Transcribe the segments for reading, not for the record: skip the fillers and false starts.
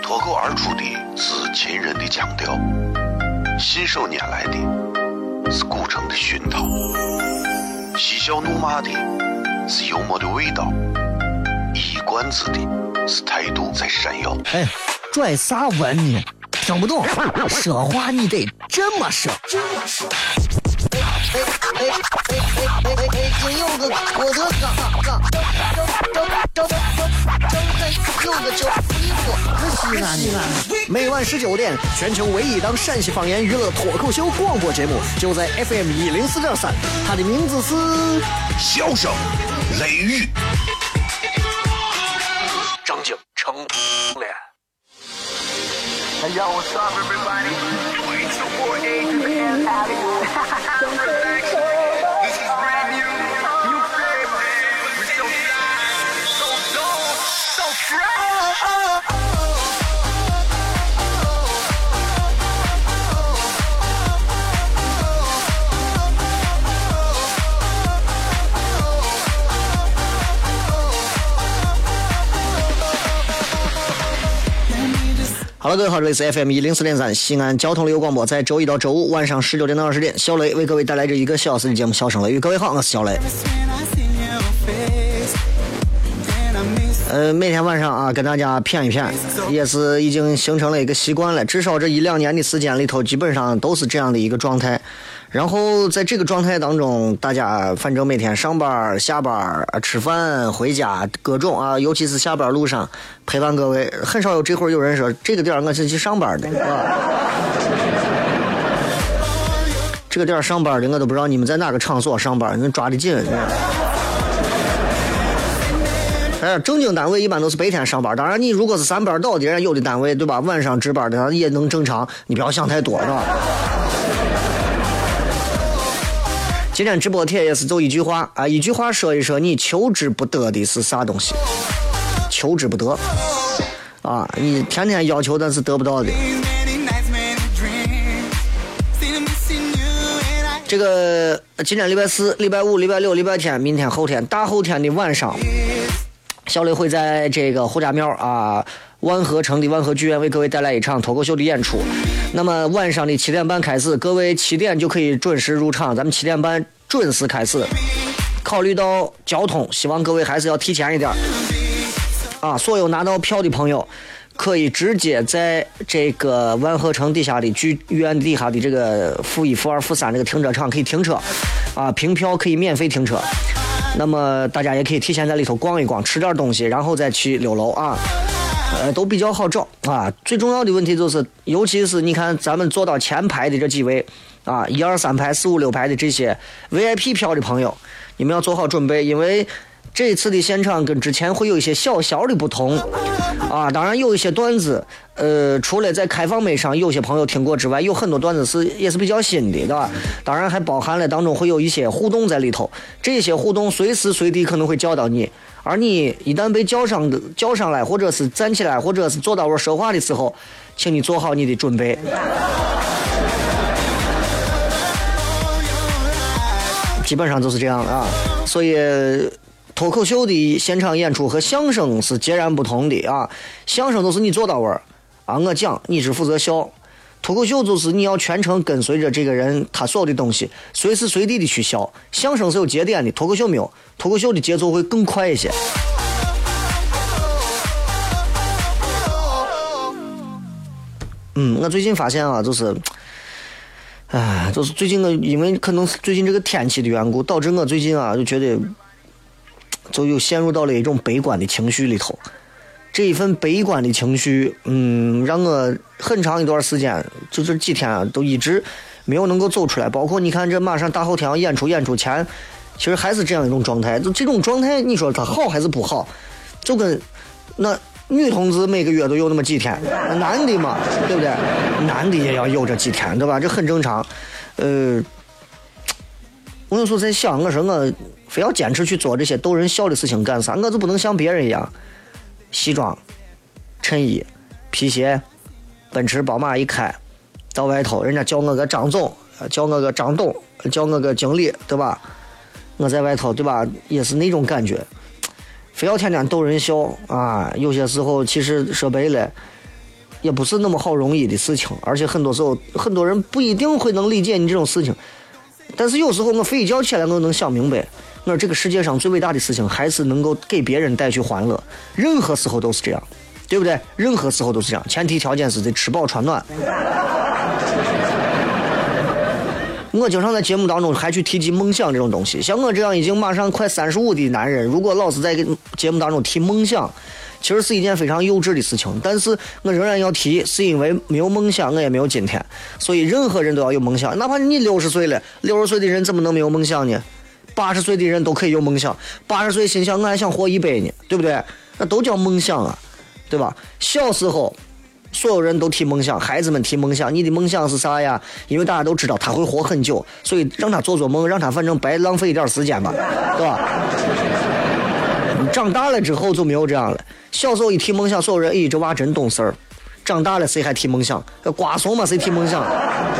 脱口而出的是秦人的腔调，信手拈来的是古城的熏陶，嬉笑怒骂的是幽默的味道，一冠子的是态度在闪耀。 哎，拽啥文呢？听不懂，说话你得这么说。北京有个郭德纲，有个叫西安。每晚19点，全球唯一档陕西方言娱乐脱口秀广播节目，就在 FM104.3，它的名字是笑声雷雨。 张景成脸。 Hey, yo, what's up, everybody? 3, 2, 4, 8, this is brand new. You favorite. We're so fly, so dope, so fresh. Hello， 各位好，这里是 FM104.3西安交通旅游广播，在周一到周五晚上19点到20点，小雷为各位带来这1个小时的节目《笑声雷雨》。各位好，我是小雷。每天晚上啊，跟大家谝一谝，也是已经形成了一个习惯了。至少这1-2年的时间里头，基本上都是这样的一个状态。然后在这个状态当中，大家反正每天上班、下班、吃饭、回家，各种啊，尤其是下班路上陪伴各位，很少有这会儿有人说这个点我是去上班的啊。这个点上班的我都不知道你们在哪个场所上班，你们抓得紧。正经单位一般都是白天上班，当然你如果是3班倒的，有的单位对吧，晚上值班的也能正常，你不要想太多是吧？今天直播帖也是走一句话啊，一句话说一说你求之不得的是啥东西？求之不得啊，你天天要求但是得不到的。这个今天礼拜4、礼拜5、礼拜6、礼拜天，明天后天、大后天的晚上，小雷会在这个胡家庙啊万和城的万和剧院为各位带来一场脱口秀的演出。那么晚上的7点半开始，各位7点就可以准时入场，咱们7点半准时开始。考虑到交通，希望各位还是要提前一点啊。所有拿到票的朋友可以直接在这个万和城底下的剧院底下的这个负1、负2、负3这个停车场可以停车啊，凭票可以免费停车。那么大家也可以提前在里头逛一逛，吃点东西，然后再去6楼啊。都比较好找啊。最重要的问题就是，尤其是你看咱们坐到前排的这几位啊，1、2、3排、4、5、6排的这些 VIP 票的朋友，你们要做好准备，因为这次的现场跟之前会有一些小小的不同啊。当然有一些段子，除了在开放麦上有些朋友听过之外，有很多段子也是比较新的，对吧？当然还包含了当中会有一些互动在里头，这些互动随时随地可能会叫到你。而你一旦被叫上来，或者是站起来，或者是坐到我说话的时候，请你做好你的准备。基本上就是这样啊。所以脱口秀的现场演出和相声是截然不同的啊。相声都是你坐到位啊，我讲你只负责笑。脱口秀就是你要全程跟随着这个人他所有的东西，随时随地的去笑。相声是有节点的，脱口秀没有，脱口秀的节奏会更快一些。我最近发现啊，就是最近因为可能是最近这个天气的缘故，导致我最近啊就觉得就又陷入到了一种悲观的情绪里头。这一份悲观的情绪，让我很长一段时间，就这几天啊，都一直没有能够走出来。包括你看，这马上大后天要演出前，其实还是这样一种状态。就这种状态，你说它好还是不好？就跟那女同志每个月都有那么几天，男的嘛，对不对？男的也要有这几天，对吧？这很正常。我有时候在想，我说我非要坚持去做这些逗人笑的事情干啥？我就不能像别人一样。西装、衬衣、皮鞋，奔驰、宝马一开，到外头人家叫我个张总，叫我个张董，叫我个经理，对吧？我在外头，对吧？也是那种感觉，非要天天逗人笑啊！有些时候其实说白了， 也不是那么好容易的事情，而且很多时候很多人不一定会能理解你这种事情。但是有时候我睡一觉起来我能想明白，我说这个世界上最伟大的事情还是能够给别人带去欢乐，任何时候都是这样，对不对？任何时候都是这样，前提条件是得吃饱穿暖。我经常在节目当中还去提及梦想这种东西，像我这样已经马上快35的男人，如果老是在节目当中提梦想，其实是一件非常幼稚的事情，但是我仍然要提，是因为没有梦想我也没有今天。所以任何人都要有梦想，哪怕你60岁了，60岁的人怎么能没有梦想呢？80岁的人都可以有梦想，80岁心想我还想活100呢，对不对？那都叫梦想啊，对吧？小时候所有人都提梦想，孩子们提梦想，你的梦想是啥呀？因为大家都知道他会活很久，所以让他做做梦，让他反正白浪费一点时间吧，对吧？你长大了之后就没有这样了。小时候一提梦想，所有人这娃真懂事儿。长大了谁还提梦想？瓜怂嘛，谁提梦想？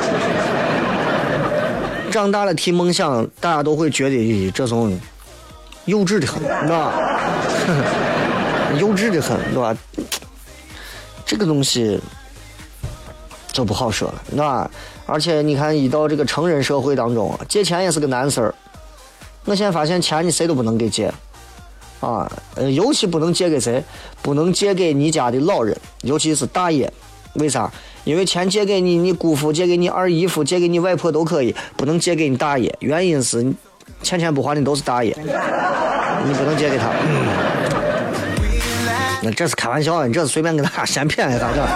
长大了提梦想，大家都会觉得这种幼稚的很，对吧？幼稚的很，对吧？这个东西就不好说了，对吧？而且你看，一到这个成人社会当中，借钱也是个难事儿。我现在发现钱你谁都不能给借啊，尤其不能借给谁？不能借给你家的老人，尤其是大爷。为啥？因为钱借给你，你姑父、借给你二姨夫、借给你外婆都可以，不能借给你大爷。原因是钱不还的都是大爷，你不能借给他。那这是开玩笑，你这是随便给他闲骗咋整？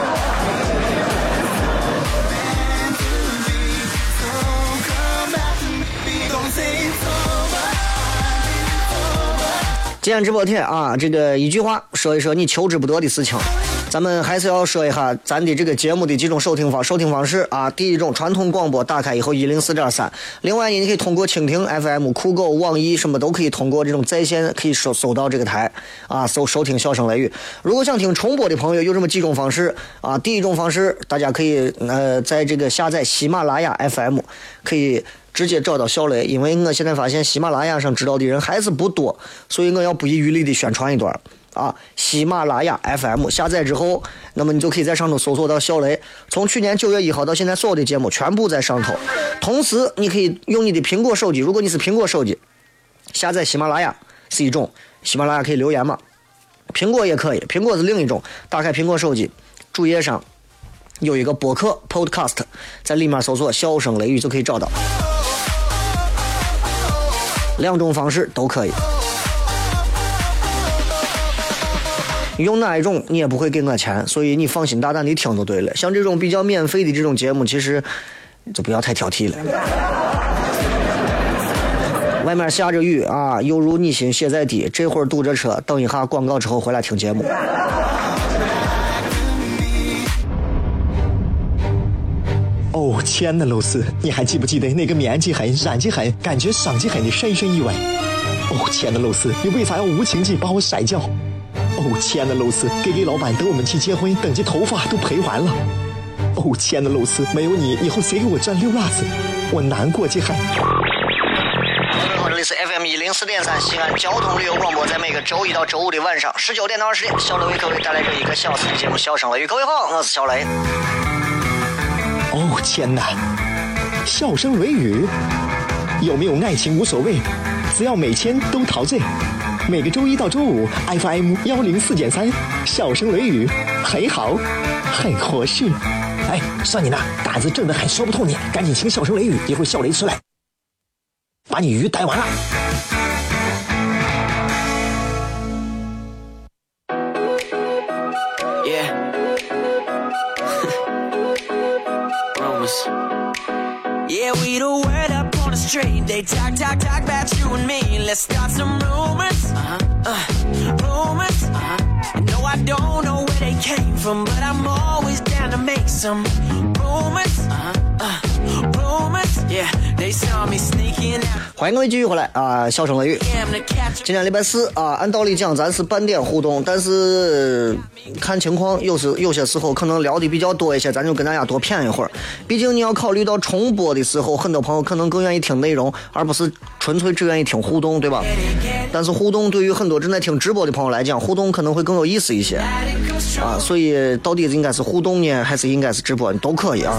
今天直播贴啊，这个一句话说一说你求之不得的事情。咱们还是要说一下咱的这个节目的几种收听方式啊。第一种，传统广播打开以后104.3，另外你可以通过蜻蜓 FM、酷狗、网易什么都可以通过这种在线可以搜到这个台啊，收听笑声雷雨。如果想听重播的朋友，有这么几种方式啊。第一种方式，大家可以在这个下载喜马拉雅 FM， 可以直接找到小雷，因为我现在发现喜马拉雅上知道的人还是不多，所以我要不遗余力的宣传一段啊。喜马拉雅 FM 下载之后，那么你就可以在上头搜索到小雷，从去年9月1号到现在所有的节目全部在上头。同时你可以用你的苹果手机，如果你是苹果手机下载喜马拉雅是一种，喜马拉雅可以留言嘛，苹果也可以，苹果是另一种。打开苹果手机主页上有一个播客 podcast， 在里面搜索笑声雷雨就可以找到。两种方式都可以，用哪一种你也不会给我钱，所以你放心大胆的听就对了。像这种比较免费的这种节目，其实就不要太挑剔了。外面下着雨啊，犹如你心血在滴，这会儿堵着车，等一下广告之后回来听节目。 哦，亲爱的露丝，你还记不记得那个面积狠、染技狠、感觉伤及狠的深深意外？哦，亲爱的露丝，你为啥要无情地把我甩掉？哦，亲爱的露丝，给老板等我们去结婚，等这头发都赔完了。哦，亲爱的露丝，没有你，以后谁给我赚溜辣子？我难过极狠。 各位好，这里是 FM 104.3西安交通旅游广播，在每个周一到周五的晚上19点到20点，小雷为各位带来这1个小时的节目《笑声雷雨》。各位好，我是小雷。 哦天哪，笑声雷雨，有没有爱情无所谓，只要每天都陶醉。每个周一到周五 FM 104.3，笑声雷雨，很好，很合适。哎，算你那胆子正的很，说不透你，赶紧听笑声雷雨，一会儿小雷出来把你鱼逮完了。 Yeah, we the word up on the street. They talk about you and me. Let's start some rumors. Rumors. No, I don't know where they came from, but I'm always down to make some rumors. Rumors. Yeah, they saw me sneaking out. 欢迎各位继续回来啊！笑声雷雨。今天礼拜4啊，按道理讲咱是半点互动，但是看情况，有些时候可能聊的比较多一些，咱就跟大家多谝一会儿。毕竟你要考虑到重播的时候，很多朋友可能更愿意听内容，而不是纯粹只愿意听互动，对吧？但是互动对于很多正在听直播的朋友来讲，互动可能会更有意思一些。 啊，所以到底应该是互动呢，还是应该是直播，都可以啊。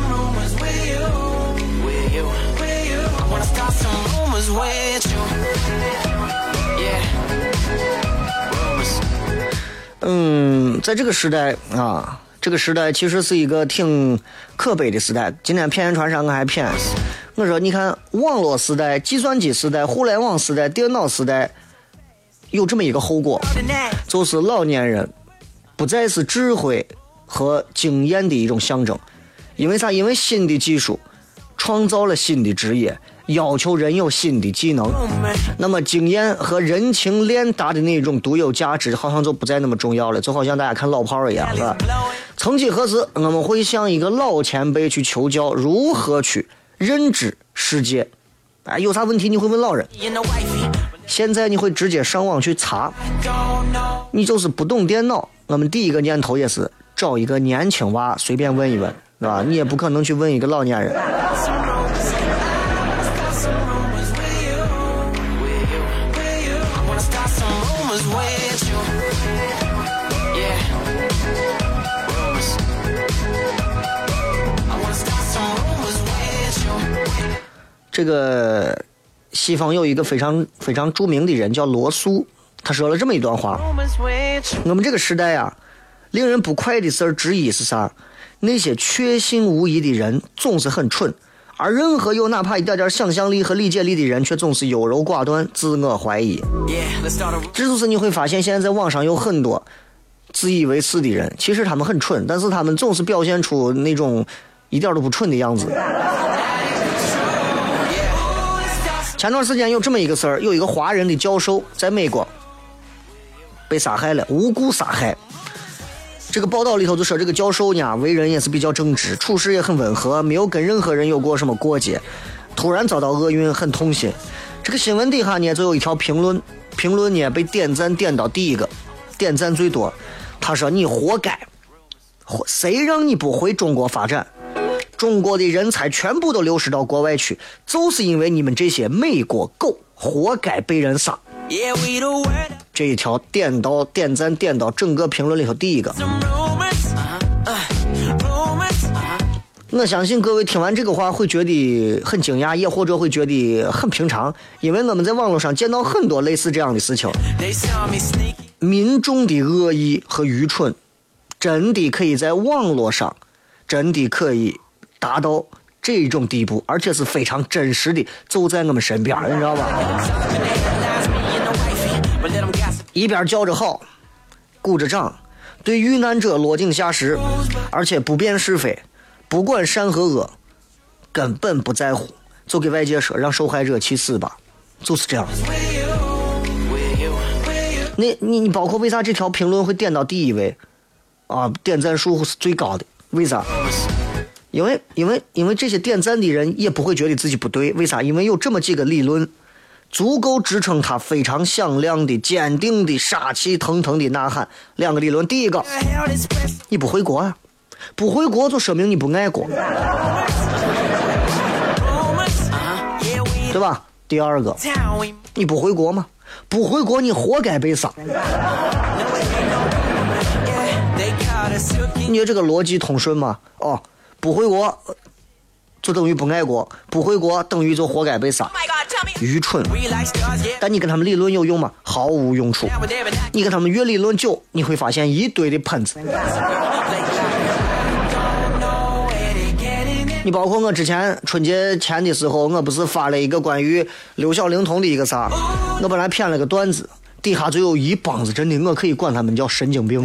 在这个时代啊，这个时代其实是一个挺可悲的时代。今天骗人传上我还骗，我说你看网络时代、计算机时代、互联网时代、电脑时代，有这么一个后果，就是老年人不再是智慧和经验的一种象征。因为啥？因为新的技术创造了新的职业，要求人有新的技能，那么经验和人情练达的那种独有价值好像就不再那么重要了，就好像大家看老炮儿一样，是吧？曾几何时我们会向一个老前辈去求教如何去认知世界，有啥问题你会问老人，现在你会直接上网去查。你就是不懂电脑，我们第一个念头也是找一个年轻娃随便问一问，是吧？你也不可能去问一个老年人。这个西方有一个非常非常著名的人叫罗素，他说了这么一段话：我们这个时代啊，令人不快的事儿之一是啥？那些确信无疑的人总是很蠢，而任何有哪怕一点点想象力和理解力的人却总是优柔寡断、自我怀疑。这就是你会发现现在在网上有很多自以为是的人，其实他们很蠢，但是他们总是表现出那种一点都不蠢的样子。前段时间有这么一个事儿，有一个华人的教授在美国被杀害了，无故杀害。这个报道里头就说，这个教授呢为人也是比较正直，处事也很温和，没有跟任何人有过什么过节，突然遭到厄运，很痛心。这个新闻底下呢就有一条评论呢被点赞点到第一个，点赞最多。他说你活该，谁让你不回中国发展？中国的人才全部都流失到国外去，就是因为你们这些美国狗，活该被人杀。这一条点赞点到整个评论里头第一个。我相信各位听完这个话会觉得很惊讶，也或者会觉得很平常，因为我们在网络上见到很多类似这样的事情。民众的恶意和愚蠢真的可以在网络上真的可以达到这种地步，而且是非常真实的走在我们身边，你知道吧？一边叫着好，鼓着掌，对遇难者落井下石，而且不辨是非，不管善和恶，根本不在乎，就给外界说让受害者去死吧，就是这样。你包括为啥这条评论会点到第一位啊？点赞数是最高的，为啥？因为这些点赞的人也不会觉得自己不对，为啥？因为有这么几个理论足够支撑他非常响亮的坚定的杀气腾腾的呐喊。两个理论，第一个，你不回国啊，不回国就说明你不爱国，对吧？第二个，你不回国吗？不回国你活该被杀。你觉得这个逻辑通顺吗？哦，不回国就等于不爱国，不回国等于就活该被杀，愚蠢。但你跟他们理论有用吗？毫无用处。你跟他们越理论久，你会发现一堆的喷子。你包括我之前春节前的时候，我不是发了一个关于刘小龄童的一个啥，我本来编了个段子，底下就有一帮子，真的我可以管他们叫神经病，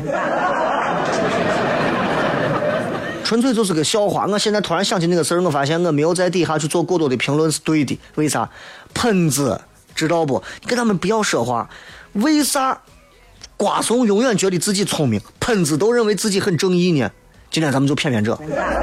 纯粹就是个笑话。我现在突然想起那个事儿，我发现我没有在底下去做过多的评论是对的。为啥？喷子知道不？你跟他们不要说话。为啥瓜怂永远觉得自己聪明，喷子都认为自己很正义呢？今天咱们就骗骗这。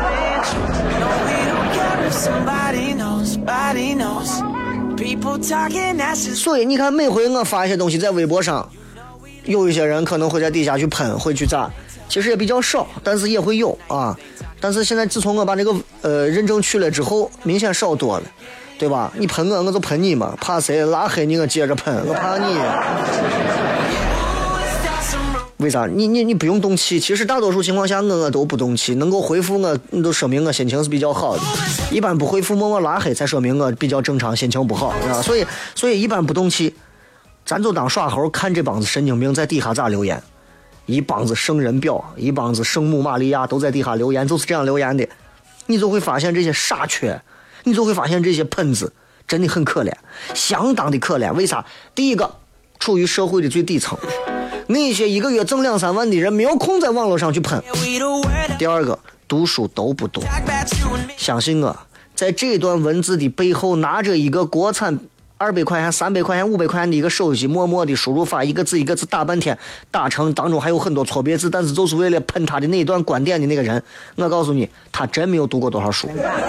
所以你看，每回我发一些东西在微博上，有一些人可能会在底下去喷，会去咋，其实也比较少，但是也会有啊。但是现在自从我把这个认证去了之后，明显少多了，对吧？你喷我，我就喷你嘛，怕谁拉黑你我接着喷，我怕你。 为啥？你不用动气，其实大多数情况下我都不动气，能够回复我都说明我心情是比较好的，一般不回复默默拉黑才说明我比较正常，心情不好啊。所以一般不动气，咱就当耍猴，看这帮子神经病在底下咋留言，一帮子圣人婊，一帮子圣母玛利亚都在底下留言，就是这样留言的，你就会发现这些傻缺，你就会发现这些喷子真的很可怜，相当的可怜。为啥？第一个，处于社会的最底层，那些一个月挣2-3万的人没有空在网络上去喷。第二个，读书都不多。相信我，在这段文字的背后，拿着一个国产200块钱、300块钱、500块钱的一个手机，默默的输入法，一个字一个字打半天，打成当中还有很多错别字，但是就是为了喷他的那一段观点的那个人，我告诉你，他真没有读过多少书。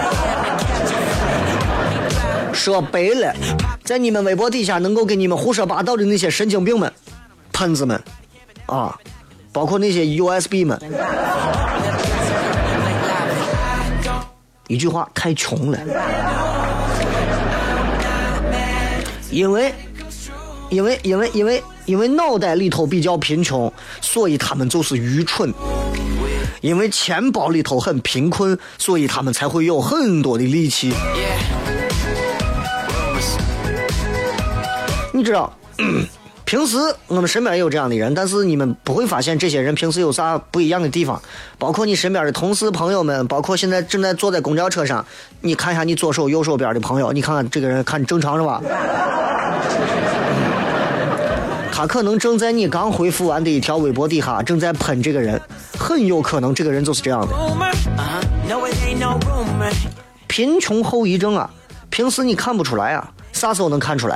说白了，在你们微博底下能够给你们胡说八道的那些神经病们、喷子们啊，包括那些 USB 们，一句话，太穷了。因为脑袋里头比较贫穷，所以他们就是愚蠢。因为钱包里头很贫困，所以他们才会有很多的力气。你知道，平时我们身边也有这样的人，但是你们不会发现这些人平时有啥不一样的地方。包括你身边的同事朋友们，包括现在正在坐在公交车上，你看一下你左手右手边的朋友，你看看这个人，看正常是吧？他可能正在你刚回复完的一条微博底下正在喷这个人，很有可能这个人就是这样的。贫穷后遗症啊，平时你看不出来啊，啥时候能看出来？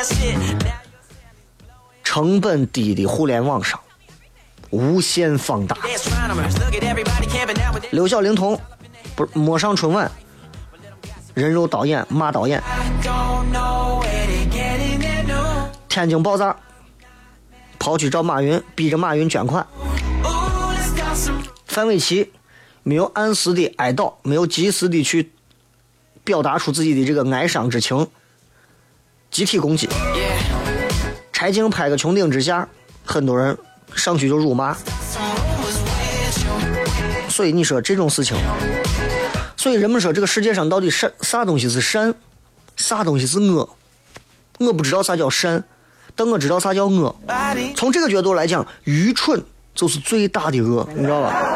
成本低的互联网上无限放大。刘小龄童不是抹上春晚，人肉导演骂导演。天津爆炸，跑去找马云，逼着马云捐款。范玮琪没有按时的哀悼，没有及时的去表达出自己的这个哀伤之情，集体攻击。柴静拍个穹顶之下，很多人上去就辱骂。所以你说这种事情，所以人们说这个世界上到底啥东西是善，啥东西是恶？我不知道啥叫善，但我知道啥叫恶。从这个角度来讲，愚蠢就是最大的恶，你知道吧？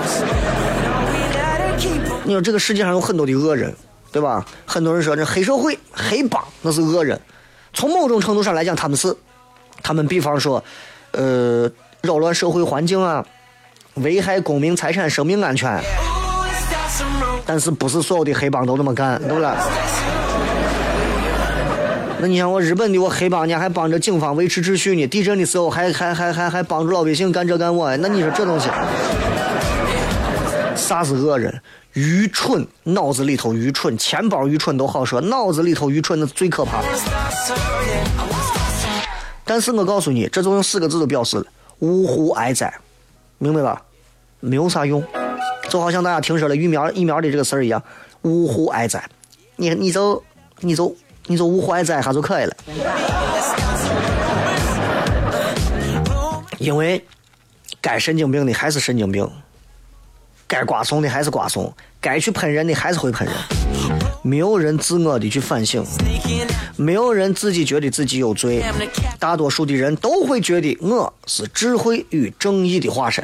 你说这个世界上有很多的恶人，对吧？很多人说这黑社会、黑帮那是恶人，从某种程度上来讲，他们比方说，扰乱社会环境啊，危害公民财产、生命安全。但是不是所有的黑帮都那么干，对不对？那你像我日本的黑帮呢，还帮着警方维持秩序呢，地震的时候还帮助老百姓干这干我，那你说这东西，啥是恶人？愚蠢，脑子里头愚蠢，钱包愚蠢都好说，脑子里头愚蠢那是最可怕的。但是我告诉你，这就用4个字都表示了：呜呼哀哉，明白吧？没有啥用，就好像大家听说了疫苗的这个事儿一样，呜呼哀哉，你就呜呼哀哉哈就可以了。因为该神经病的还是神经病，该瓜怂的还是瓜怂，该去喷人的还是会喷人。没有人自我的去反省，没有人自己觉得自己有罪，大多数的人都会觉得我是智慧与正义的化身。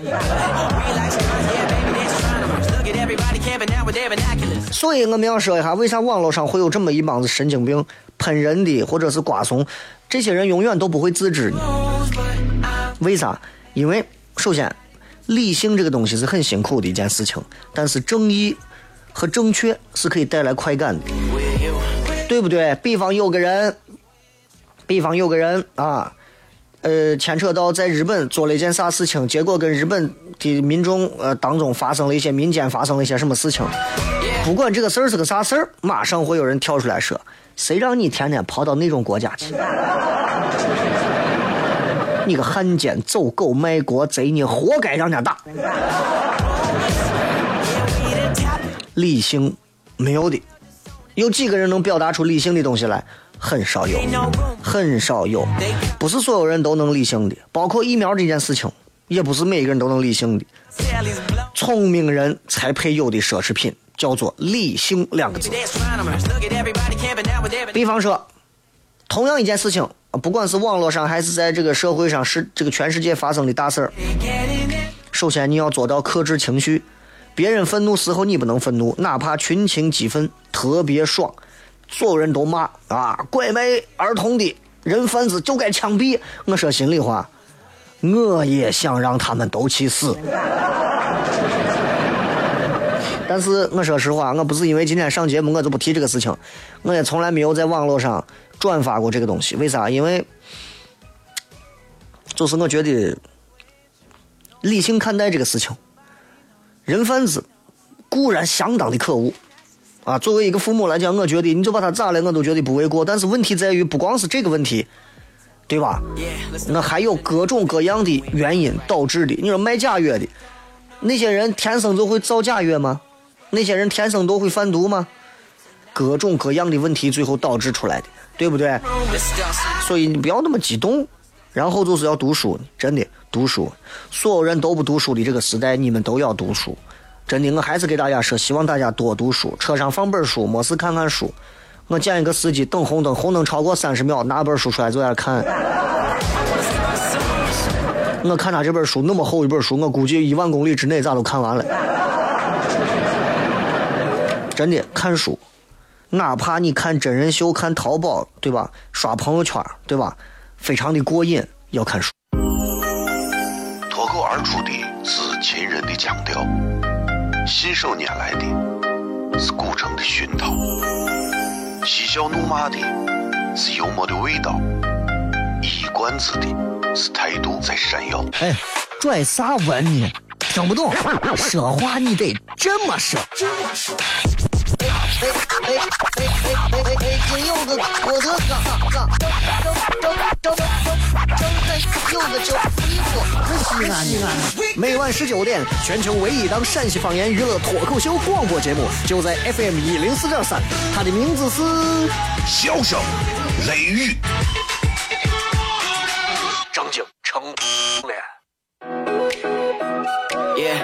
所以我们要说一下，为啥网络上会有这么一帮子神经病喷人的或者是瓜怂，这些人永远都不会自知的。为啥？因为首先理性这个东西是很辛苦的一件事情，但是正义和正确是可以带来快感的，对不对？比方有个人啊，牵扯到在日本做了一件啥事情，结果跟日本的民众当中发生了一些民间发生了一些什么事情，不管这个事儿是个啥事儿，马上会有人跳出来说，谁让你天天跑到那种国家去？你个汉奸走狗卖国贼，你活该让人家打。理性没有的，有几个人能表达出理性的东西来？很少有，不是所有人都能理性的。包括疫苗这件事情， 也不是每个人都能理性的。聪明人才配有的奢侈品叫做理性两个字。比方说，同样一件事情，不管是网络上还是在这个社会上，是这个全世界发生的大事儿。首先你要做到克制情绪，别人愤怒时候你不能愤怒，哪怕群情激愤，特别爽，所有人都骂啊，拐卖儿童的人贩子就该枪毙。我说心里话，我也想让他们都去死。但是我说实话，我不是因为今天上节目我就不提这个事情，我也从来没有在网络上转发过这个东西。为啥？因为就是我觉得理性看待这个事情，人贩子固然相当的可恶啊，作为一个父母来讲，我觉得你就把他咋了我都觉得不为过。但是问题在于不光是这个问题，对吧？那还有各种各样的原因导致的。你说卖假药的那些人天生就会造假药吗？那些人天生都会贩毒吗？各种各样的问题最后导致出来的，对不对？所以你不要那么激动，然后就是要读书，真的读书。所有人都不读书的这个时代，你们都要读书。真的，我还是给大家说，希望大家多读书，车上放本书，没事看看书。我见一个司机等红灯，红灯超过30秒，拿本书出来就在那看。我看他这本书那么厚一本书，我估计1万公里之内咋都看完了。真的看书，哪怕你看真人秀、看淘宝，对吧？刷朋友圈，对吧？非常的过瘾，要看书。 脱口而出的是秦人的腔调，信手拈来的是古城的熏陶，嬉笑怒骂的是幽默的味道，一冠子的是态度在闪耀。 哎，拽啥文呢？听不懂，说话你得这么说。 金柚子，我的西安，每晚19点，全球唯一档陕西方言娱乐脱口秀广播节目，就在 FM 104.3，它的名字是笑声雷雨。 张景成脸。 Yeah.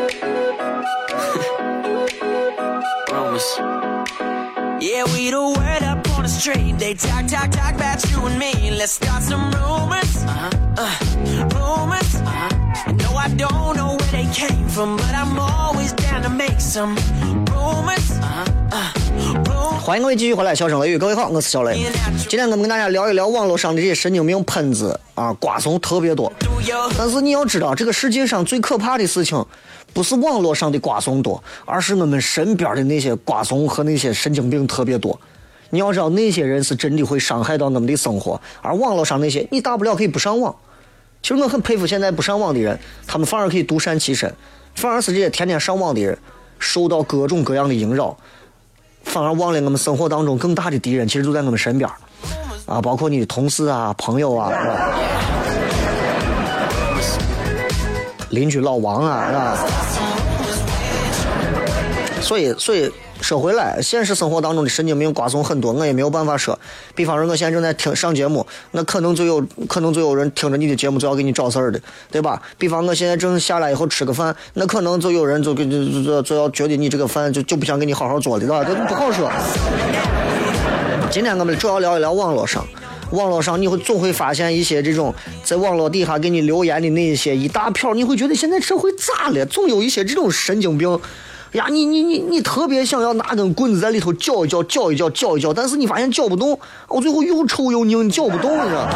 Rumors. Yeah, we the word up on the street. They talk about you and me. Let's start some rumors. Rumors. No, I don't know where they came from, but I'm always down to make some rumors. 欢迎各位继续回来，笑声雷雨，各位好，我是小雷。今天我们跟大家聊一聊网络上的这些神经病喷子啊，瓜怂特别多。但是你要知道，这个世界上最可怕的事情，不是网络上的瓜怂多，而是我们身边的那些瓜怂和那些神经病特别多。你要知道，那些人是真的会伤害到我们的生活，而网络上那些，你大不了可以不上网。其实我很佩服现在不上网的人，他们反而可以独善其身，反而是这些天天上网的人受到各种各样的萦扰。反而忘了我们生活当中更大的敌人其实就在我们身边啊，包括你的同事啊、朋友啊，是吧？邻居老王啊，是吧？所以说回来，现实生活当中的神经病瓜怂很多，我也没有办法说。比方说我现在正在上节目，那可能就有人听着你的节目就要给你找事儿的，对吧？比方我现在正下来以后吃个饭，那可能就有人就要觉得你这个饭就不想给你好好做的，对吧？这不好说。今天我们主要聊一聊网络上你总会发现一些这种在网络底下给你留言的那些一大票，你会觉得现在社会咋了？总有一些这种神经病呀，你特别想要拿根棍子在里头搅一搅，但是你发现搅不动，我最后又臭又拧，搅不动，你知道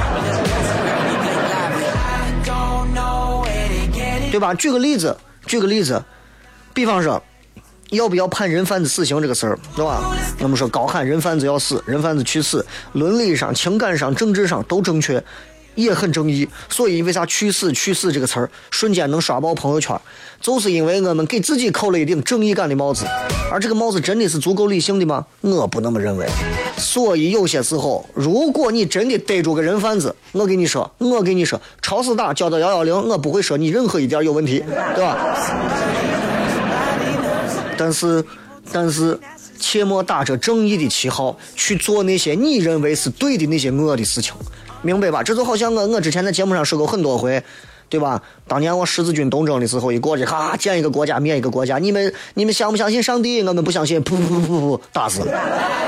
对吧？举个例子，比方说要不要判人贩子死刑这个事儿，对吧？我们说高喊人贩子要死，人贩子去死，伦理上、情感上、政治上都正确，也很正义。所以为啥去死这个词儿瞬间能刷爆朋友圈，就是因为我们给自己扣了一顶正义感的帽子。而这个帽子真的是足够理性的吗？我不那么认为。所以有些时候，如果你真的逮住个人贩子，我跟你说，超市打叫到110，我不会说你任何一点有问题，对吧？但是切莫打着正义的旗号去做那些你认为是对的那些恶的事情，明白吧？这就好像我之前在节目上说过很多回， 对吧？当年我十字军东征的时候，一过去，哈，建一个国家灭一个国家，你们相不相信上帝？我们不相信，噗，打死了。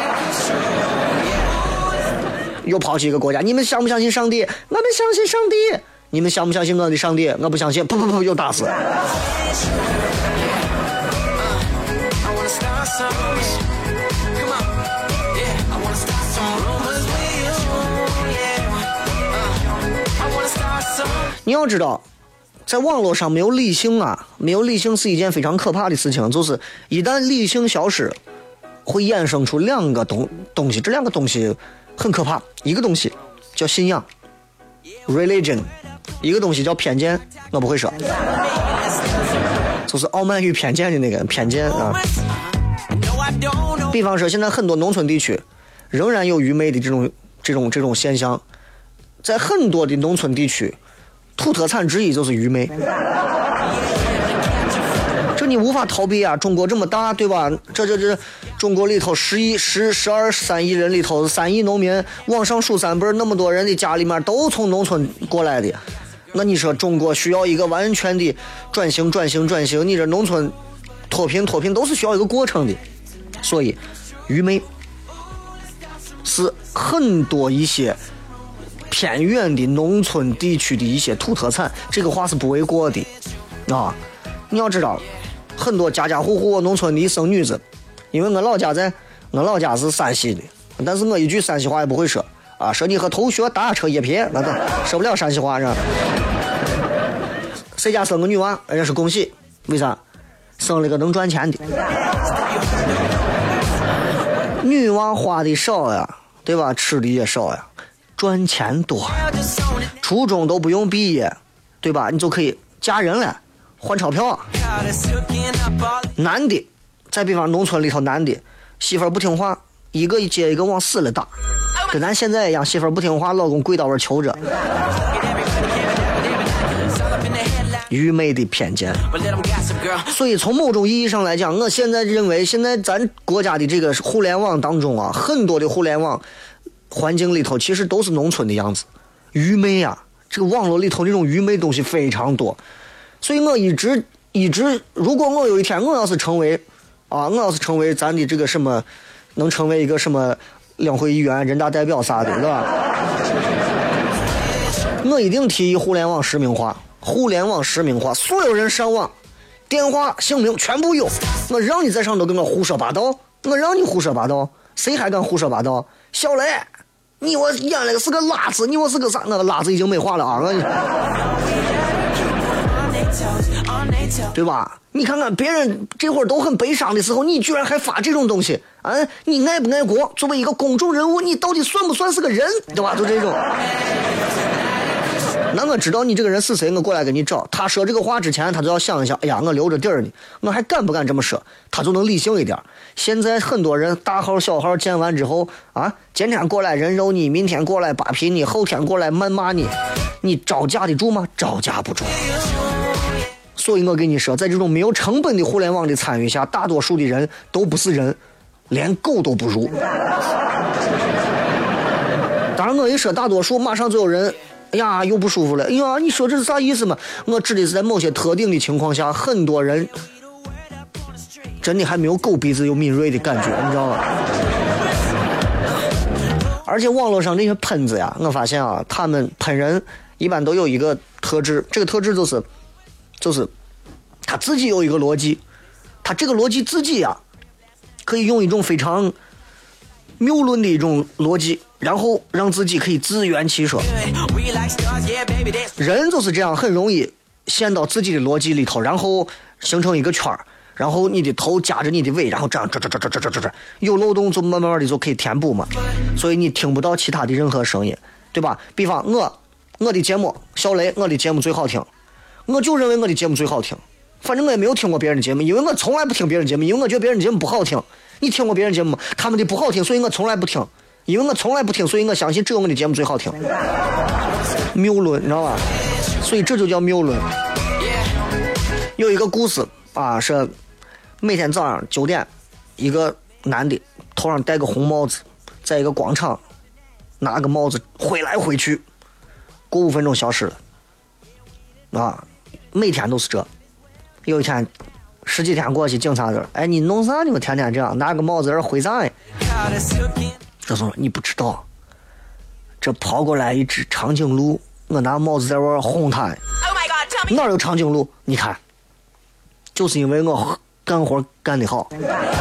又抛弃一个国家，你们相不相信上帝？我们相信上帝。你们相不相信我的上帝？我不相信，噗，又打死了。你要知道，在网络上没有理性啊，没有理性是一件非常可怕的事情。就是一旦理性消失，会衍生出两个东西，这两个东西很可怕。一个东西叫信仰 religion， 一个东西叫偏见，我不会说，就是傲慢与偏见的那个偏见啊。比方说，现在很多农村地区仍然有愚昧的这种现象，在很多的农村地区，土特产之一就是愚昧。这你无法逃避啊！中国这么大，对吧？这中国里头12、13亿人里头，3亿农民往上数3辈，那么多人的家里面都从农村过来的。那你说中国需要一个完全的转型，你这农村脱贫都是需要一个过程的。所以愚昧是很多一些偏远的农村地区的一些土特产，这个话是不为过的啊！你要知道，很多家家户户农村的一生女子，因为我老家是山西的，但是我一句山西话也不会说啊，说你和同学打车一撇，那说不了山西话是吧？谁家生个女娃，人家是恭喜，为啥？生了个能赚钱的。女娃花的少呀，对吧？吃的也少呀，赚钱多。初中都不用毕业，对吧？你就可以嫁人了，换钞票。男的，再比方农村里头男的，媳妇儿不听话，一个接一个往死了打，跟咱现在一样，媳妇儿不听话，老公跪到那求着。愚昧的偏见。所以从某种意义上来讲，我现在认为，现在咱国家的这个互联网当中啊，很多的互联网环境里头其实都是农村的样子，愚昧啊，这个网络里头这种愚昧东西非常多。所以我一直，如果我有一天我要是成为咱的这个什么，能成为一个什么两会议员、人大代表啥的，对吧？我一定提议互联网实名化，所有人上网，电话、姓名全部有。我让你在上头跟我胡说八道，谁还敢胡说八道？小雷，你我演了个是个拉子，你我是个啥？那个拉子已经美化了啊！对吧？你看看别人这会儿都很悲伤的时候，你居然还发这种东西啊！你爱不爱国？作为一个公众人物，你到底算不算是个人？对吧？就这种。那我知道你这个人是谁，我过来给你找。他说这个话之前，他就要想一想，哎呀，我留着底儿呢，我还敢不敢这么说？他就能理性一点。现在很多人大号小号见完之后啊，今天过来人肉你，明天过来扒皮你，后天过来谩骂你，你招架得住吗？招架不住。所以我跟你说，在这种没有成本的互联网的参与下，大多数的人都不是人，连狗都不如。当然我一说大多数，马上就有人哎呀又不舒服了，哎呀你说这是啥意思嘛？我指的是在某些特定的情况下，很多人真的还没有狗鼻子有敏锐的感觉，你知道吗？而且网络上这些喷子呀，我发现啊，他们喷人一般都有一个特质，这个特质就是他自己有一个逻辑，他这个逻辑自己啊可以用一种非常谬论的一种逻辑，然后让自己可以自圆其说。人就是这样，很容易陷到自己的逻辑里头，然后形成一个圈，然后你的头夹着你的尾，然后这样有漏洞就慢慢的就可以填补嘛，所以你听不到其他的任何声音，对吧？比方我的节目，小雷，我的节目最好听，我就认为我的节目最好听，反正我也没有听过别人的节目，因为我从来不听别人节目，因为我觉得别人节目不好听。你听过别人节目吗？他们的不好听，所以我从来不听，因为我从来不听，所以我相信只有我的节目最好听。谬论，你知道吧？所以这就叫谬论。有一个故事啊，是每天早上9点，一个男的头上戴个红帽子，在一个广场拿个帽子挥来挥去，过5分钟消失了。 啊，每天都是这。有一天十几天过去，警察说：“哎，你弄啥？你们天天这样拿个帽子在这挥啥呀？”这说你不知道，这跑过来一只长颈鹿，我拿帽子在玩轰它。哪有长颈鹿？你看，就是因为我干活干得好。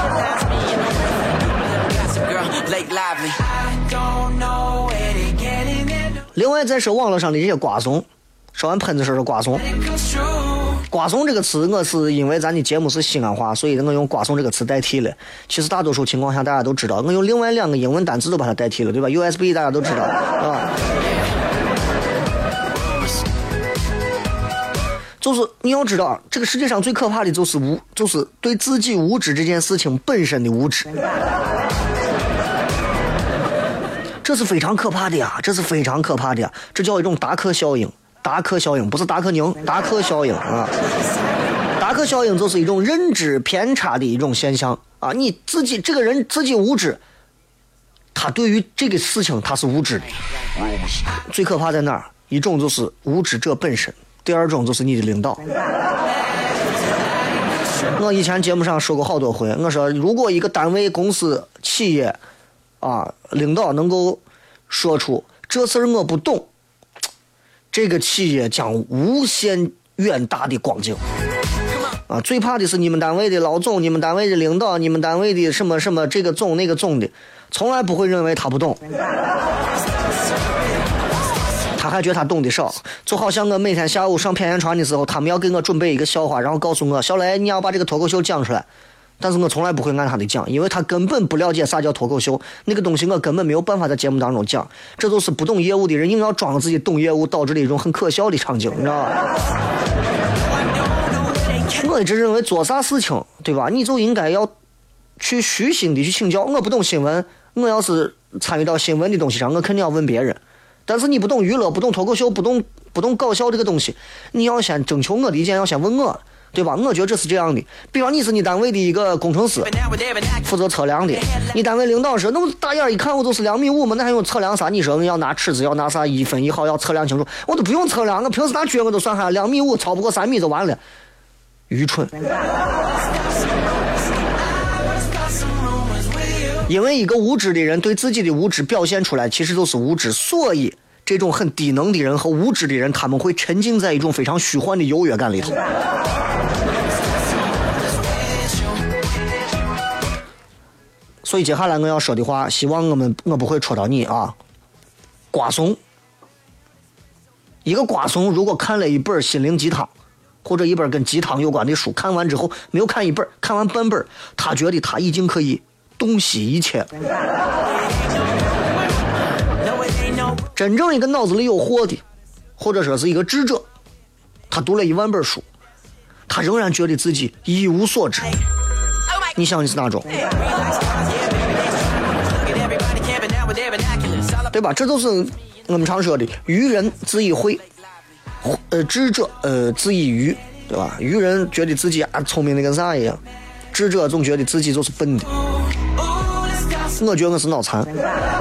另外再说网络上的这些瓜怂，说完喷子说是瓜怂。瓜怂这个词，我是因为咱的节目是西安话，所以我用瓜怂这个词代替了。其实大多数情况下大家都知道，我用另外2个英文单词都把它代替了，对吧 ？USB 大家都知道啊。就是你要知道，这个世界上最可怕的就是对自己无知这件事情本身的无知。这是非常可怕的呀，这是非常可怕的呀，这叫一种达克效应。达克效应不是达克宁，达克效应啊！达克效应就是一种认知偏差的一种现象啊！你自己这个人自己无知，他对于这个事情他是无知的。最可怕在哪儿？一种就是无知者本身，第二种就是你的领导。我以前节目上说过好多回，我说如果一个单位、公司、企业啊，领导能够说出这事儿我不懂，这个企业将无限远大的光景啊！最怕的是你们单位的老总、你们单位的领导、你们单位的什么什么这个总那个总的，从来不会认为他不懂，他还觉得他懂得少。就好像我每天下午上片言传的时候，他们要给我准备一个笑话，然后告诉我小雷你要把这个脱口秀讲出来，但是我从来不会按他的讲，因为他根本不了解啥叫脱口秀，那个东西我根本没有办法在节目当中讲，这都是不懂业务的人硬要装自己懂业务导致的一种很可笑的场景，你知道吧？我一直认为做啥事情，对吧？你就应该要去虚心的去请教。我不懂新闻，我要是参与到新闻的东西上，我肯定要问别人。但是你不懂娱乐，不懂脱口秀，不懂搞笑这个东西，你要先征求我的意见，要先问我。对吧？我觉得这是这样的。比方你是你单位的一个工程师，负责测量的，你单位领导说，那我大眼一看我就是2.5米嘛，那还用测量啥？你说要拿尺子，要拿啥1分1毫要测量清楚，我都不用测量，我平时拿脚我都算下2.5米，超不过3米就完了，愚蠢。因为一个无知的人对自己的无知表现出来，其实都是无知，所以这种很低能的人和无知的人，他们会沉浸在一种非常虚幻的优越感里头。所以接下来我要说的话，希望我不会戳到你啊。瓜怂，一个瓜怂如果看了一本心灵鸡汤或者一本跟鸡汤有关的书，看完之后没有看一本，看完半本，他觉得他已经可以洞悉一切。真正一个脑子里有货的，或者说是一个智者，他读了1万本书，他仍然觉得自己一无所知。你想你是哪种？对吧？这都是我们常说的愚人自以慧，智者自以愚，对吧？愚人觉得自己聪明的跟啥一样，智者总觉得自己就是笨的。我觉得我是脑残。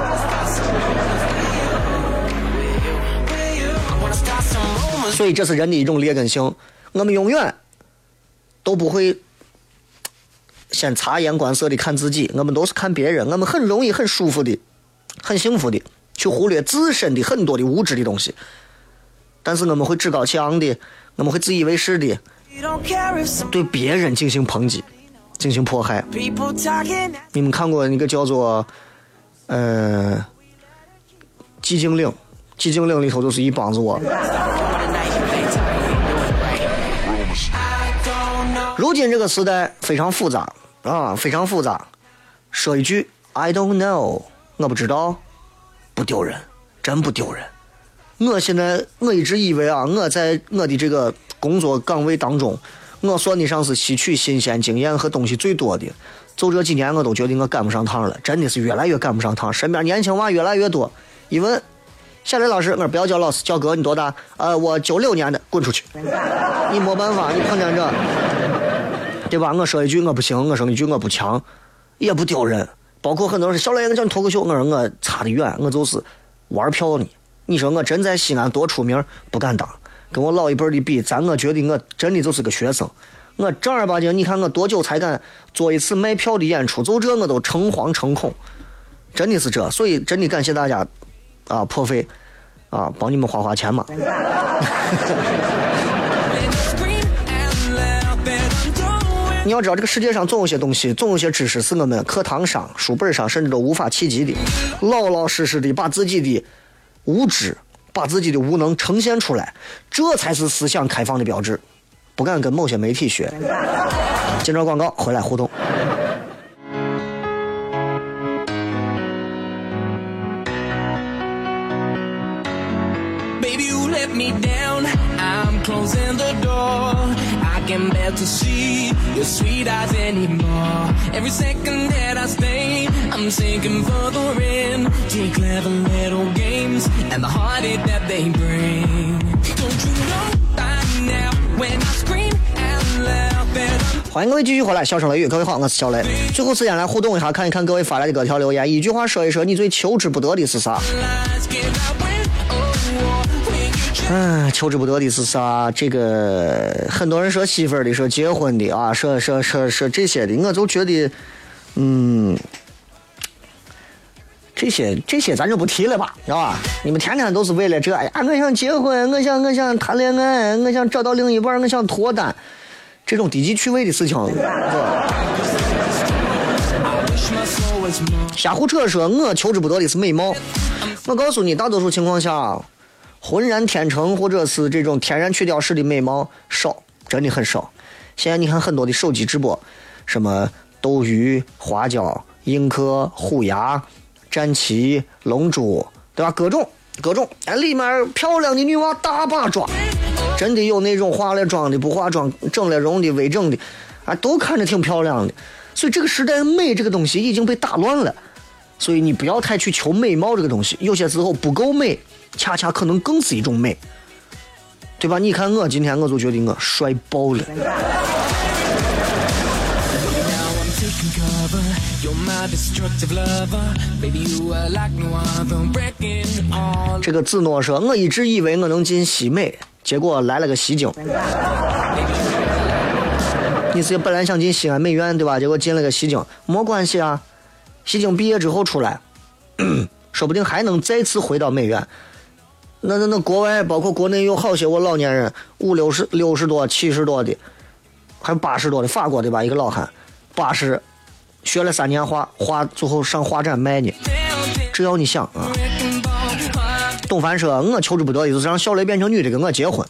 所以这是人的一种劣根性，我们永远都不会先察言观色的看自己，我们都是看别人，我们很容易很舒服的很幸福的去忽略自身的很多的无知的东西，但是我们会趾高气昂的，我们会自以为是的对别人进行抨击，进行迫害。你们看过那个叫做寂静岭，寂静岭里头就是一帮子我。如今这个时代非常复杂啊，非常复杂。说一句 I don't know， 我不知道，不丢人，真不丢人。我一直以为啊，我在我的这个工作岗位当中，我算得上是吸取新鲜经验和东西最多的。就这几年我都觉得我赶不上趟了，真的是越来越赶不上趟。身边年轻娃越来越多，一问夏雷老师，我说不要叫老师，叫哥，你多大？我96年的，滚出去！你没办法，你碰见这，对吧？我说一句我不行，我说一句我不强，也不丢人。包括很多人说小雷，我叫你脱口秀，我说我差得远，我就是玩票呢。你说我真在西安多出名，不敢当。 跟我老一辈的比，我觉得我真的就是个学生。我正儿八经，你看我多久才敢做一次卖票的演出？就这我都诚惶诚恐，真的是这。所以真的感谢大家啊，破费啊，帮你们花钱嘛。你要知道，这个世界上总有些东西，总有些知识是我们课堂上、书本上甚至都无法企及的。老老实实的把自己的无知、把自己的无能呈现出来，这才是思想开放的标志。不敢跟某些媒体学。接着广告，回来互动。 Baby, you let me down. I'm closing the door. I can't bear to see your sweet eyes anymore. Every second that I stay, I'm sinking further in. Take clever little games and the heartache that they bring. Don't you know by now when I scream and laugh and 欢迎各位继续回来，笑声雷雨，各位好，我是小雷。最后时间来互动一下，看一看各位发来的各条留言，一句话说一说你最求之不得的是啥？ lies get out when oh when you 求之不得的是啥？这个很多人说媳妇儿的，说结婚的啊，说这些的，我就觉得，这些咱就不提了吧，是吧？你们天天都是为了这呀，我想结婚，我想谈恋爱，我想找到另一半，我想脱单，这种低级趣味的事情，瞎胡扯说我求之不得的是美貌。我告诉你，大多数情况下，浑然天成或者是这种天然去掉式的美貌少，真的很少。现在你看很多的手机直播，什么斗鱼、花椒、映客、虎牙、战旗、龙珠，对吧？各种，哎，里面漂亮的女娃大把抓，真的有那种化了妆的、不化妆、整了容的、微整的，啊，都看着挺漂亮的。所以这个时代的美这个东西已经被打乱了，所以你不要太去求美貌这个东西，有些时候不够美，恰恰可能更是一种美，对吧？你看我今天我就觉得我帅爆了。这个子诺说，我一直以为我能进西美，结果来了个西京。你是本来想进西安美院对吧？结果进了个西京，没关系啊。西京毕业之后出来，说不定还能再次回到美院。那国外包括国内有好些我老年人60多、70多的，还有80多的，法国对吧？一个老汉80学了3年画，最后上画展卖呢。只要你想啊。董凡说，我求之不得的就是让小雷变成女的跟我结婚。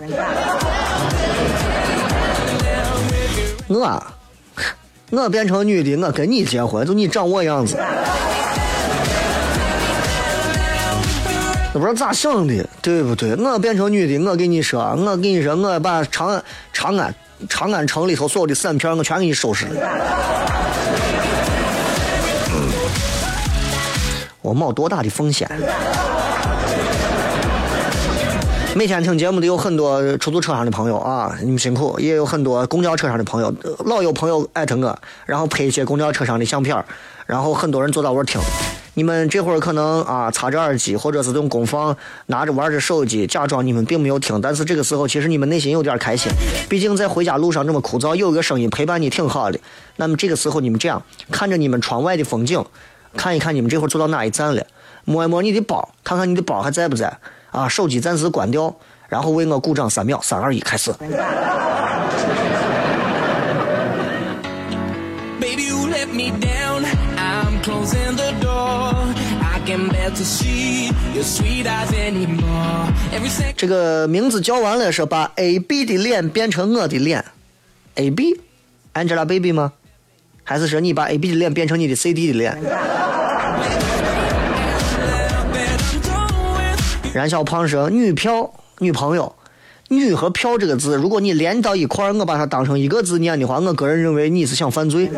我变成女的，我跟你结婚，就你长我样子，我不知道咋想的，对不对？我变成女的，我跟你说，我把长安城里头所有的散片，我全给你收拾了。我冒多大的风险？每天听节目的有很多出租车上的朋友啊，你们辛苦；也有很多公交车上的朋友，老有朋友艾特我，然后拍一些公交车上的相片，然后很多人坐到我听。你们这会儿可能啊插着耳机，或者是用功放，拿着玩着手机，假装你们并没有听，但是这个时候其实你们内心有点开心，毕竟在回家路上这么枯燥，有一个声音陪伴你挺好的。那么这个时候你们这样看着你们窗外的风景，看一看你们这会儿坐到哪一站了，摸一摸你的包，看看你的包还在不在。啊，手机暂时关掉，然后为我鼓掌3秒，3、2、1，开始。 Baby, you let me down. I'm closing the door. I can't bear to see your sweet eyes anymore. Every second. 这个名字叫完了，是把 AB 的脸变成我的脸。AB Angelababy 吗？还是说你把 AB 的脸变成你的 CD 的脸？燃小胖说，女朋友，女和票这个字，如果你连到一块儿，我把它当成一个字念的话，我个人认为你是想犯罪。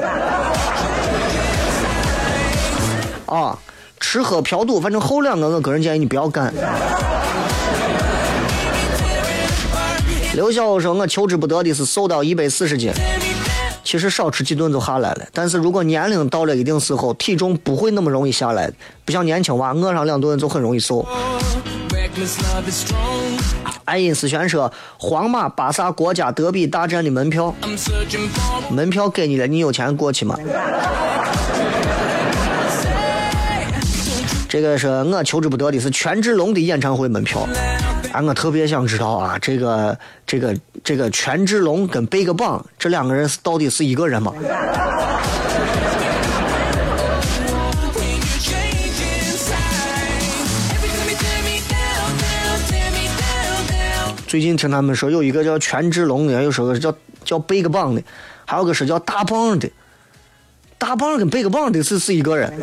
啊，吃喝嫖赌，反正后2个我个人建议你不要干。刘晓说，我求之不得的是瘦到140斤，其实少吃几顿就下来了，但是如果年龄到了一定时候，体重不会那么容易下来的，不像年轻娃饿上2顿就很容易瘦。 爱因斯宣说皇马巴萨国家德比大战的门票给你了，你有钱过去吗？这个是我求之不得的是权志龙的演唱会门票我特别想知道啊，这个权志龙跟贝克棒这两个人到底是一个人吗？最近听他们说有一个叫权志龙的，有首个叫贝克棒的，还有个是叫大棒的，大棒跟贝克棒的是一个人。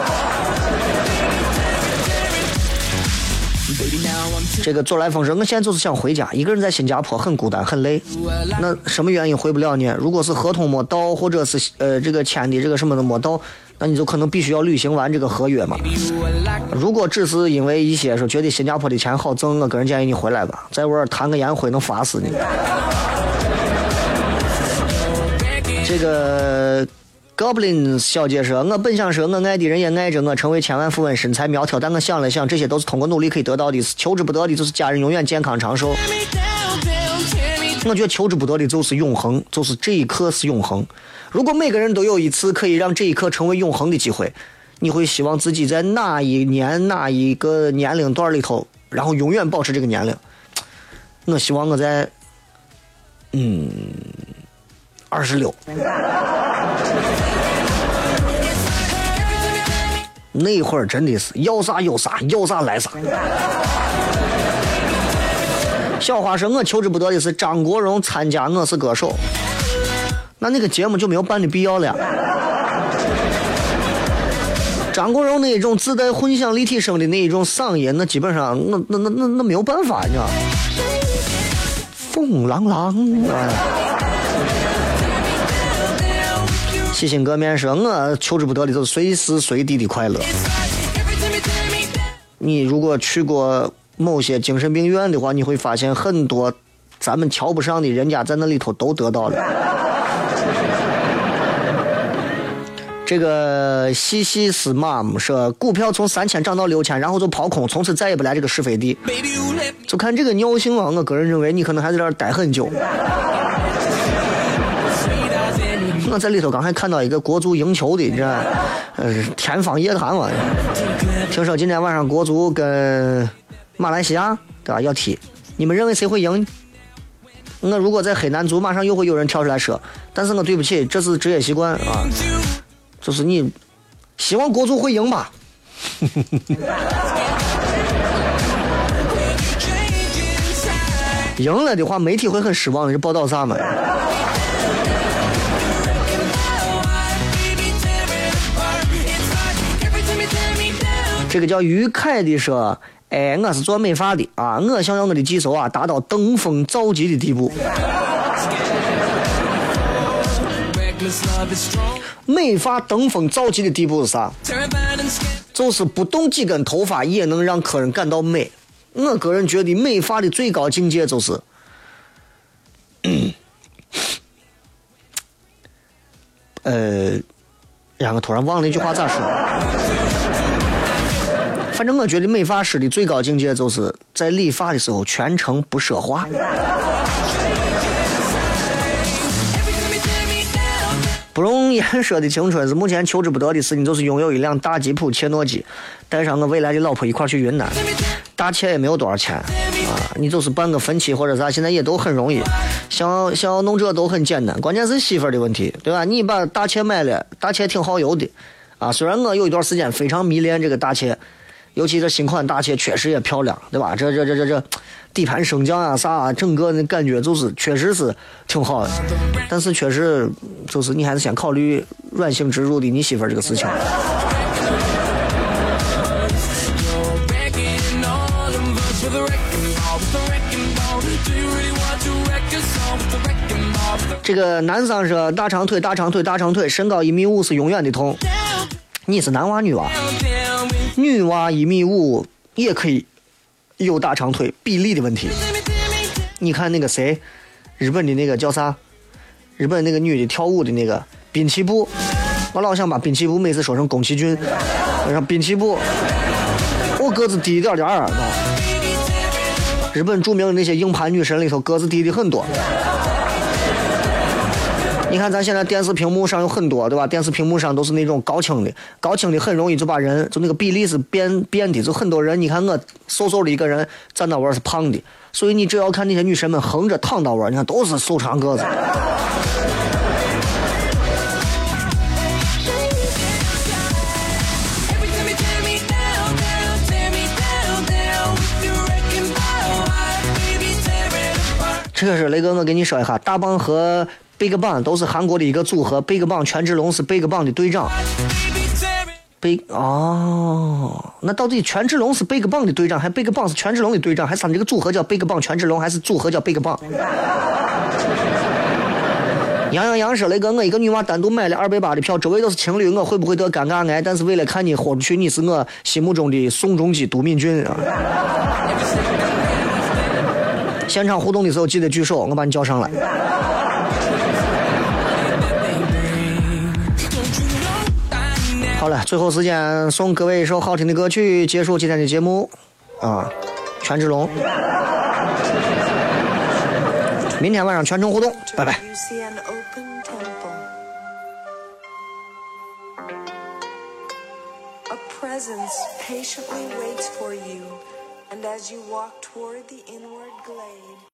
这个做来风说，我现在就是想回家，一个人在新加坡很孤单很累。那什么原因回不了呢？如果是合同没到，或者是这个签的这个什么的没到，那你就可能必须要履行完这个合约嘛。如果只是因为一些说觉得新加坡的钱好挣，我个人建议你回来吧，在我这儿谈个烟灰能罚死你。这个Goblin 小姐说，我本想说我爱的人也爱着我，成为千万富翁，身材苗条，但我想了想，这些都是通过努力可以得到的，求之不得的就是家人永远健康长寿。我觉得求之不得的就是永恒，就是这一刻是永恒。如果每个人都有一次可以让这一刻成为永恒的机会，你会希望自己在哪一年哪一个年龄段里头，然后永远保持这个年龄。我希望我在26那会儿真的是要啥有啥，要啥来啥。小花说，我求之不得的是张国荣参加《我是歌手》，那个节目就没有办的必要了。张国荣那一种自带混响立体声的那一种嗓音，那基本上那没有办法，你知道。风朗朗细心革面说，我求之不得的就是随时随地的快乐。你如果去过某些精神病院的话，你会发现很多咱们瞧不上的人家在那里头都得到了。这个西西斯妈妈说，股票从3000涨到6000，然后就抛空，从此再也不来这个是非地。就看这个尿性啊，我个人认为你可能还在这儿待很久。我在里头刚才看到一个国足赢球的，这天方夜谭嘛。听说今天晚上国足跟马来西亚对吧要踢，你们认为谁会赢？我如果在黑男足，马上又会有人跳出来说，但是我对不起，这是职业习惯啊，就是你希望国足会赢吧。赢了的话，媒体会很失望的，这报道啥嘛？这个叫于凯的说，我是做美发的啊，我想让我的技术啊达到登峰造极的地步。美发登峰造极的地步是啥？就是不动几根头发也能让客人感到美。我个人觉得美发的最高境界就是然后突然忘了一句话咋说，反正我觉得美发师的最高境界就是在理发的时候全程不说话。不容言说的青春是目前求之不得的事情，就是拥有一辆大吉普切诺基，带上我未来的老婆一块去云南。大切也没有多少钱啊，你就是办个分期或者啥，现在也都很容易，想要弄这都很简单，关键是媳妇的问题，对吧？你把大切买了，大切挺好油的啊，虽然我有一段时间非常迷恋这个大切，尤其这新款大切确实也漂亮，对吧？这底盘升降啊啥啊，整个的感觉就是确实是挺好的，但是确实就是你还是先考虑软性植入的你媳妇这个事情。这个男生说大长腿，身高1.5米是永远的痛。你是男娃女娃？女娃1.5米也可以有大长腿，比例的问题。你看那个谁，日本的那个叫啥？日本那个女的跳舞的那个滨崎步，我老想把滨崎步每次说成宫崎骏，我说滨崎步，我个子低一点点儿。 日本著名的那些硬盘女神里头个子低的很多。你看咱现在电视屏幕上有很多，对吧？电视屏幕上都是那种高清的很容易就把人就那个比例是变的，就很多人你看我瘦的一个人站到玩是胖的，所以你只要看那些女神们横着躺到玩，你看都是瘦长个子。这个是雷哥，我给你说一下，大棒和贝克棒都是韩国的一个组合，贝克棒权志龙是贝克棒的队长。那到底权志龙是贝克棒的队长，还贝克棒是权志龙的队长，还是他们这个组合叫贝克棒权志龙，还是组合叫贝克棒？杨说雷哥，我一个女娃单独买了280的票，周围都是情侣，我会不会得尴尬癌？但是为了看你豁出去，你是我心目中的宋仲基、都敏俊啊！现场互动的时候记得举手，我把你叫上来。好了，最后时间送各位一首好听的歌曲，结束今天的节目啊！权志龙，明天晚上全程互动，拜拜。 Patiently waits for you, and as you walk toward the inward glade